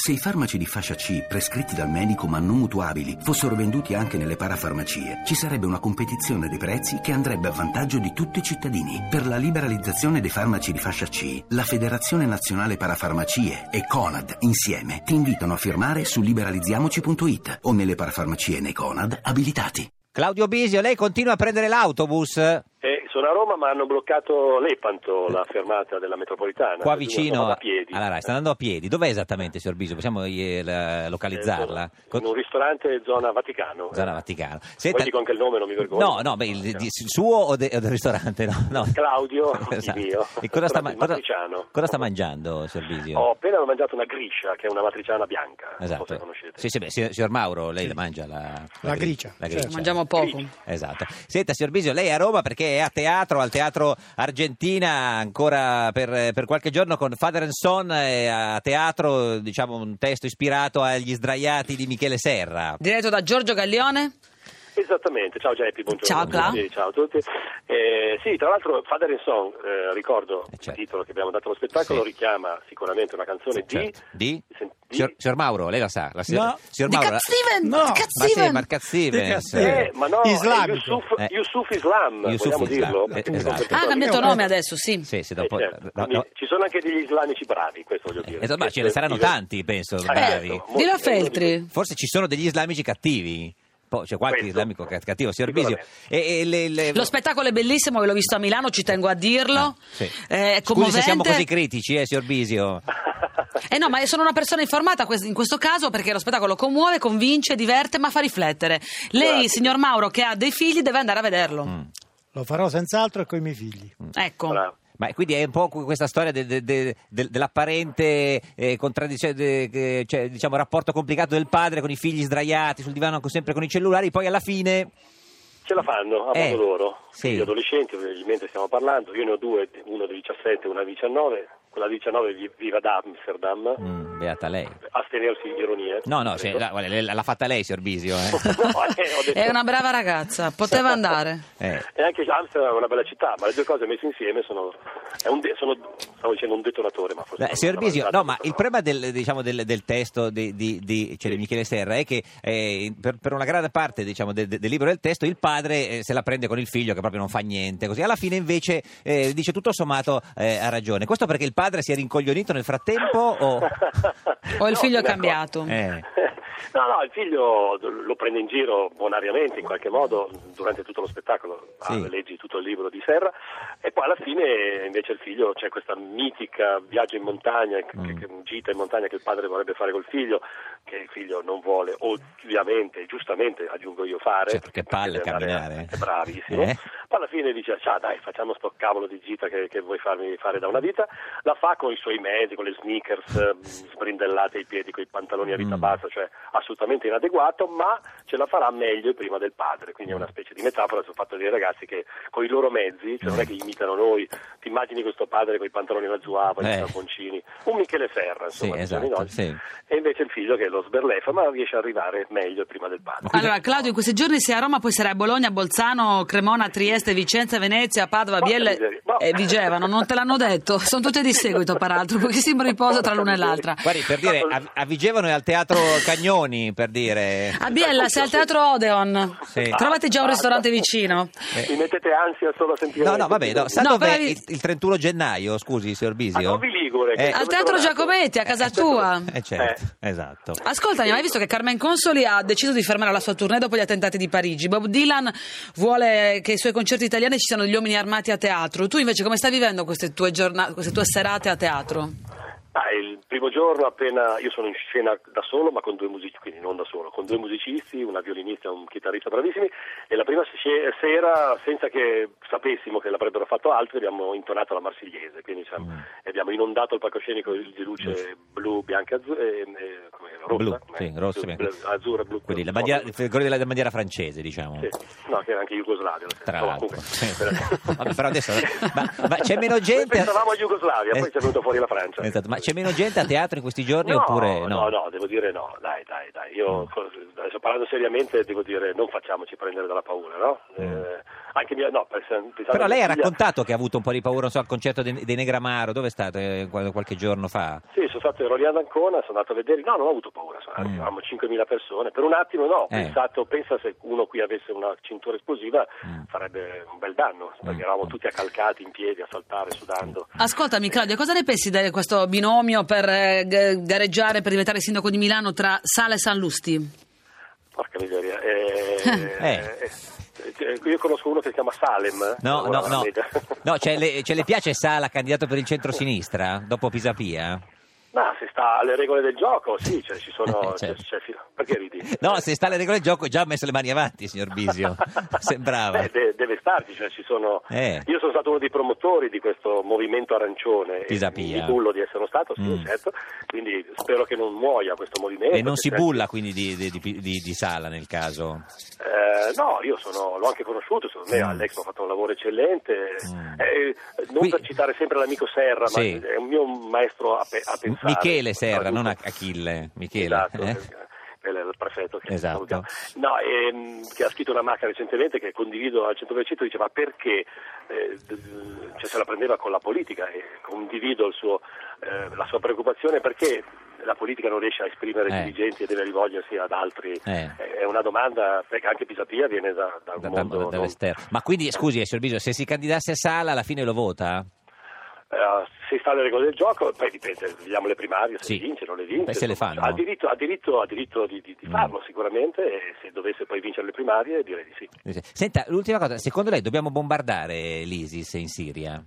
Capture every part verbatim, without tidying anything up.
Se i farmaci di fascia C, prescritti dal medico ma non mutuabili, fossero venduti anche nelle parafarmacie, ci sarebbe una competizione dei prezzi che andrebbe a vantaggio di tutti i cittadini. Per la liberalizzazione dei farmaci di fascia C, la Federazione Nazionale Parafarmacie e Conad insieme ti invitano a firmare su liberalizziamoci punto it o nelle parafarmacie e nei Conad abilitati. Claudio Bisio, lei continua a prendere l'autobus? Eh, sono a Roma, ma hanno bloccato Lepanto, la fermata della metropolitana. Qua vicino a piedi. alla Rai, sta andando a piedi. Dov'è esattamente, signor Bisio? Possiamo eh, la- localizzarla? Eh, in un ristorante zona Vaticano. Zona Vaticano. Poi Senta- dico anche il nome, non mi vergogno. No, no, beh, il, il- il suo o, de- o del ristorante? No, no. Claudio, Esatto. il mio. E cosa sta, ma- cosa- Matriciano. cosa sta mangiando, signor Bisio? Ho appena mangiato una griscia, che è una matriciana bianca. Non so se Esatto. conoscete. Sì, sì, beh, signor, signor Mauro, lei la mangia la, La gri- gricia, La certo. gricia. Mangiamo poco. Esatto. Senta, signor Bisio, lei è a Roma perché è a teatro, al Teatro Argentina, ancora per, per qualche giorno con Father and Son, e a teatro, diciamo, un testo ispirato agli sdraiati di Michele Serra. Diretto da Giorgio Gaglione. Esattamente, ciao Geppi, buongiorno. Ciao, Cla. Sì, ciao a tutti. Eh, sì, tra l'altro Father and Son, eh, ricordo Eh, certo. il titolo che abbiamo dato allo spettacolo, Sì. richiama sicuramente una canzone Sì, certo. di... Di? sen- di- Signor, signor Mauro, lei la sa? La signor, No. signor Di Mauro, Cat la- Steven! No. Di Cat Ma sì, Steven! Marca Stevens. Di Cat Eh, ma no, Islamico. Yusuf, Eh. Yusuf Islam, Yusuf vogliamo Islam, dirlo? eh, Perché esatto. questo Ah, ha cambiato storico- nome adesso, sì. Sì, sì, Eh, dopo... certo. no, Quindi no. ci sono anche degli islamici bravi, questo voglio dire. Eh, ma ce ne saranno tanti, penso, Eh, bravi. certo, Dillo a molti- Feltri. Forse ci sono degli islamici cattivi. Poi c'è qualche Questo. islamico ca- cattivo, signor Bisio. Sicuramente. E, e le- le- Lo spettacolo è bellissimo, che l'ho visto a Milano, ci tengo a dirlo. Ah, sì. Eh, È Scusi se siamo commovente. così critici, eh, signor Bisio. Eh no, ma sono una persona informata quest- in questo caso, perché lo spettacolo commuove, convince, diverte, ma fa riflettere. Lei, Grazie. signor Mauro, che ha dei figli, deve andare a vederlo. Mm. Lo farò senz'altro e coi miei figli. Ecco. Bravo. Ma quindi è un po' questa storia de- de- de- de- dell'apparente eh, contraddizione, de- che- cioè, diciamo, rapporto complicato del padre con i figli sdraiati sul divano, con- sempre con i cellulari, poi alla fine... Ce la fanno, a Eh, modo loro. sì. Gli adolescenti, ovviamente stiamo parlando, io ne ho due, uno di diciassette e una di diciannove, quella di diciannove vi- vive ad Amsterdam, Mm, beata lei. astenersi di ironie. No, no, cioè, la- guarda, l'ha fatta lei, signor Bisio. Eh. No, eh, ho detto- È una brava ragazza, poteva andare. Eh. E anche Amsterdam è una bella città, ma le due cose messe insieme sono, è un de- sono stavo dicendo un detonatore, ma forse... Beh, non signor stavo Bisio, andando, no, ma il problema del, diciamo, del, del testo di, di, di, cioè, di Michele Serra è che eh, per, per una grande parte, diciamo, del, del libro del testo il padre eh, se la prende con il figlio che proprio non fa niente, così alla fine invece eh, dice tutto sommato eh, ha ragione. Questo perché il padre si è rincoglionito nel frattempo o... O il No, figlio è ecco. cambiato. Eh. No, no, il figlio lo prende in giro bonariamente in qualche modo durante tutto lo spettacolo, Sì. ah, leggi tutto il libro di Serra e poi alla fine invece il figlio c'è questa mitica viaggio in montagna, che, Mm. che, gita in montagna che il padre vorrebbe fare col figlio, che il figlio non vuole ovviamente, giustamente aggiungo io fare, Certo, che palle deve andare- camminare. è bravissimo, Eh? poi alla fine dice ciao dai facciamo sto cavolo di gita che, che vuoi farmi fare da una vita, la fa con i suoi mezzi, con le sneakers eh, sbrindellate ai piedi, con i pantaloni a vita Mm. bassa, cioè assolutamente inadeguato, ma ce la farà meglio prima del padre, quindi è una specie di metafora sul fatto dei ragazzi che con i loro mezzi, cioè non è che imitano noi, ti immagini questo padre con i pantaloni alla zuava, Eh. i carboncini, un Michele Serra insomma, Sì, diciamo, esatto, no? sì. E invece il figlio che lo sberlefa ma riesce ad arrivare meglio prima del padre. Allora, Claudio, in questi giorni sei a Roma, poi sarai a Bologna, Bolzano, Cremona, Trieste, Vicenza, Venezia, Padova, Porca Biella miseria. No. e Vigevano. Non te l'hanno detto? Sono tutte di seguito, peraltro, pochissimo riposo tra l'una e l'altra. Guardi, per dire, a, a Vigevano e al Teatro Cagnoni, per dire... A Biella, sei al Teatro Odeon. Sì. Trovate già un ristorante vicino. Mi mettete ansia solo a sentire... No, no, vabbè, no. Sa No, dov'è però- il, il trentuno gennaio, scusi, signor A Bisio? Novi Ligure. Eh. che- Al dove Teatro sono nato. Giacometti, a casa tua. Eh, certo, esatto. Ascoltami, hai visto che Carmen Consoli ha deciso di fermare la sua tournée dopo gli attentati di Parigi? Bob Dylan vuole che ai suoi concerti italiani ci siano gli uomini armati a teatro. Tu invece come stai vivendo queste tue giornate, queste tue serate a teatro? Ah, il primo giorno appena io sono in scena da solo ma con due musicisti, quindi non da solo, con due musicisti, una violinista e un chitarrista bravissimi e la prima se- sera senza che sapessimo che l'avrebbero fatto altri abbiamo intonato la Marsigliese, quindi diciamo, Mm. abbiamo inondato il palcoscenico di luce blu, bianca e azzu- e, e, come, rossa, blu, eh, sì, rosso, blu, blu, azzurra, blu, quindi la blu, bandiera, blu. il colore della bandiera francese, diciamo. Sì. No, che era anche Jugoslavia. Tra no, l'altro. comunque, Vabbè, però adesso ma, ma c'è meno gente. Noi pensavamo a Jugoslavia, Eh, poi ci è venuto fuori la Francia. Esatto, ma c'è meno gente a teatro in questi giorni No, oppure no? no, no, devo dire no, dai, dai, dai. Io adesso parlando seriamente devo dire non facciamoci prendere dalla paura, no? Mm. Eh, anche mia, no, pensando Però lei ha figlia- raccontato che ha avuto un po' di paura, non so, al concerto dei, dei Negramaro, dove è stato eh, qual- qualche giorno fa? Sì, sono stato in Roliano Ancona, sono andato a vedere, no, non ho avuto paura, sono- Mm. eravamo cinquemila persone, per un attimo no, ho Eh. pensato, pensa se uno qui avesse una cintura esplosiva Mm. farebbe un bel danno, perché Mm. eravamo tutti accalcati in piedi, a saltare, sudando. Ascoltami Claudio, cosa ne pensi di questo binomio per eh, g- gareggiare per diventare sindaco di Milano tra Sala e Sanlusti? Porca miseria. Eh, Eh. eh, eh, io conosco uno che si chiama Salem. No, lavora no, alla no, Lega. no, ce le, ce le piace Sala, candidato per il centro-sinistra, dopo Pisapia? Ma se sta alle regole del gioco, sì, cioè ci sono... Eh, certo. c'è- c'è- perché ridi? No, se sta alle regole del gioco già ha messo le mani avanti, signor Bisio, sembrava. Beh, de- deve starci, cioè ci sono... Eh. Io sono stato uno dei promotori di questo movimento arancione. Pisapia. Mi bullo di essere stato, sì, Mm. certo. Quindi spero che non muoia questo movimento. E non si perché- bulla quindi di, di- di- di- di Sala nel caso? Eh, no, io sono, l'ho anche conosciuto, secondo me Mm. Alex ha fatto un lavoro eccellente. Mm. Eh, non Qui- per citare sempre l'amico Serra, Sì. ma è un mio maestro a, pe- a pensare. Michele Serra, non Soprattutto- Achille, Michele. Esatto, eh? quello è il prefetto che Esatto. salutiamo. No, ehm, che ha scritto una macchina recentemente che condivido al cento per cento, diceva perché eh, d- cioè se la prendeva con la politica e condivido il suo, eh, la sua preoccupazione perché la politica non riesce a esprimere Eh. dirigenti e deve rivolgersi ad altri. Eh. È una domanda, perché anche Pisapia viene da, da un Da- da- mondo... non- dall'esterno. Ma quindi, scusi, signor Bisio, se si candidasse a Sala alla fine lo vota? Eh, se sta alle regole del gioco, poi dipende, vediamo le primarie, se Sì. le vince, non le vince. Beh, se le fanno. Ha diritto, ha diritto, ha diritto di, di- di Mm. farlo sicuramente, e se dovesse poi vincere le primarie direi di sì. Senta, l'ultima cosa, secondo lei dobbiamo bombardare l'ISIS in Siria?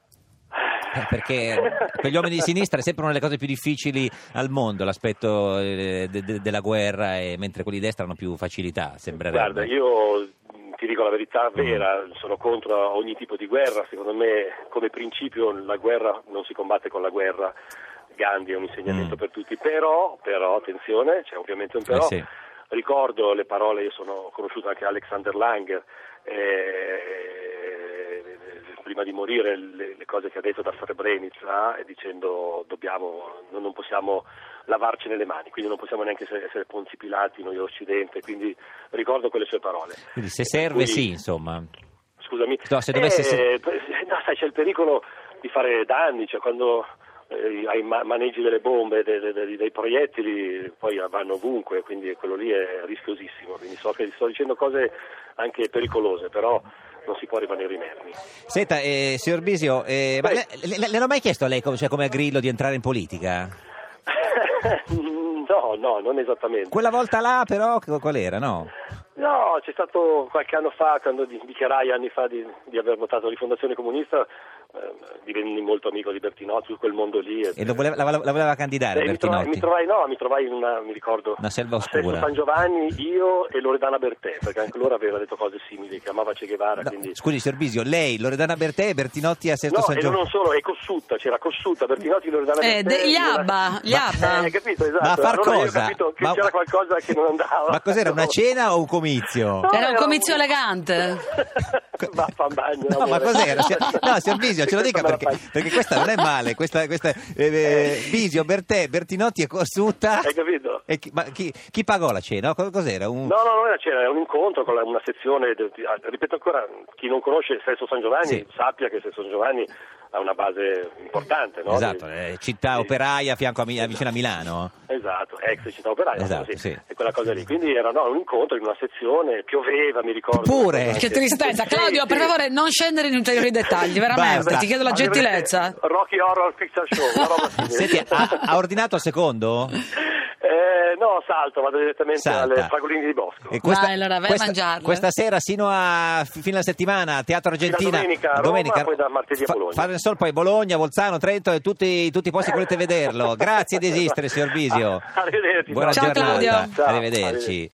Eh, perché per gli uomini di sinistra è sempre una delle cose più difficili al mondo, l'aspetto eh, de- de- della guerra, e mentre quelli di destra hanno più facilità, sembrerebbe. Guarda, io ti dico la verità vera, sono contro ogni tipo di guerra, secondo me come principio la guerra non si combatte con la guerra, Gandhi è un insegnamento Mm. per tutti, però, però attenzione, c'è ovviamente un però, Eh sì. ricordo le parole, io sono ho conosciuto anche Alexander Langer, eh, prima di morire le, le cose che ha detto da Srebrenica, e dicendo dobbiamo, non, non possiamo lavarcene le mani, quindi non possiamo neanche essere, essere Ponzi Pilati noi occidente, quindi ricordo quelle sue parole. Quindi se serve Quindi- sì, insomma. Scusami, No, se dovesse eh, no, sai, c'è il pericolo di fare danni, cioè quando eh, hai ma- maneggi delle bombe, de- de- de- dei proiettili, poi vanno ovunque, quindi quello lì è rischiosissimo, quindi so che sto dicendo cose anche pericolose, però non si può rimanere inermi. Senta, eh, signor Bisio, eh, ma Sì. le, le, le hanno mai chiesto a lei, come, cioè, come a Grillo, di entrare in politica? No, no, non esattamente. Quella volta là però, che- qual era, no? No, c'è stato qualche anno fa, quando di- dichiarai anni fa di, di aver votato la Rifondazione Comunista, eh, divenni molto amico di Bertinotti, quel mondo lì. E lo voleva, la, la voleva candidare Eh, mi, trovai, Bertinotti? mi trovai, no, mi trovai in una, mi ricordo, Una selva a Sesto oscura. San Giovanni, io e Loredana Bertè, perché anche loro avevano detto cose simili, che amava Che Guevara, No, quindi... scusi, signor Bisio, lei, Loredana Bertè e Bertinotti a Sesto No, San e Giovanni? non solo, è Cossutta, c'era Cossutta, Bertinotti, Loredana Eh, Bertè... de- gli una- ABBA, gli Ma- ABBA. Eh, hai capito, esatto. Ma a far allora io ho cosa? capito che Ma- c'era qualcosa che non andava. Ma cos'era, una cena o un comizio? No, Era un era comizio un- elegante. Va, fa un bagno. No, ma amore. cos'era? Signor- No, signor Bisio, ce lo dica Questa me la perché, fai. perché questa non è male. Questa, questa eh, eh, Bisio, Bertè, Bertinotti e Cossutta. Hai capito? E chi, ma chi, chi pagò la cena? Co- Cos'era? Un... No, no, non era cena, era un incontro con la- una sezione, de- di- ah, ripeto ancora, chi non conosce Sesto San Giovanni Sì. sappia che Sesto San Giovanni ha una base importante, no? Esatto, Di- eh, città sì. operaia a fianco a, Mi- vicino a Milano. Esatto, ex città operaia, Esatto, sì, sì. e quella cosa lì. Quindi era no, un incontro in una sezione, pioveva, mi ricordo. Pure? Anche- Che tristezza. Sì, Claudio, sì. per favore, non scendere in ulteriori dettagli, veramente. Basta. Ti chiedo la Avete- gentilezza. Rocky Horror Picture Show, una roba simile. Senti, ha, ha ordinato al secondo? Eh, no, salto, vado direttamente Salta. alle Fragolini di Bosco. E Dai, allora, vai a questa, mangiarle. questa sera sino a f- fino alla settimana Teatro Argentina, domenica a Roma, poi da martedì a Fa- Bologna. Fare il sol, poi Bologna, Bolzano, Trento e tutti, tutti i posti che volete vederlo. Grazie di esistere, signor Bisio. Arrivederci. Buona Ciao, giornata. Claudio. Ciao, Arrivederci. arrivederci.